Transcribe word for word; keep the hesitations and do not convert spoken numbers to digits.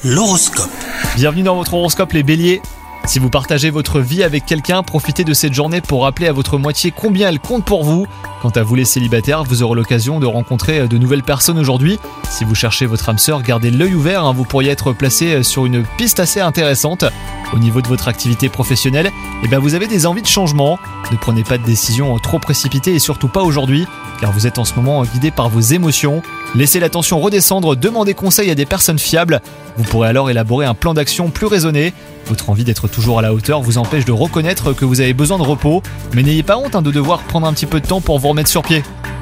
L'horoscope. Bienvenue dans votre horoscope les béliers. Si vous partagez votre vie avec quelqu'un, profitez de cette journée pour rappeler à votre moitié combien elle compte pour vous. Quant à vous les célibataires, vous aurez l'occasion de rencontrer de nouvelles personnes aujourd'hui. Si vous cherchez votre âme sœur, gardez l'œil ouvert, hein, vous pourriez être placé sur une piste assez intéressante. Au niveau de votre activité professionnelle, eh bien vous avez des envies de changement. Ne prenez pas de décisions trop précipitées et surtout pas aujourd'hui, car vous êtes en ce moment guidé par vos émotions. Laissez la tension redescendre, demandez conseil à des personnes fiables. Vous pourrez alors élaborer un plan d'action plus raisonné. Votre envie d'être toujours à la hauteur vous empêche de reconnaître que vous avez besoin de repos. Mais n'ayez pas honte hein, de devoir prendre un petit peu de temps pour vous remettre sur pied.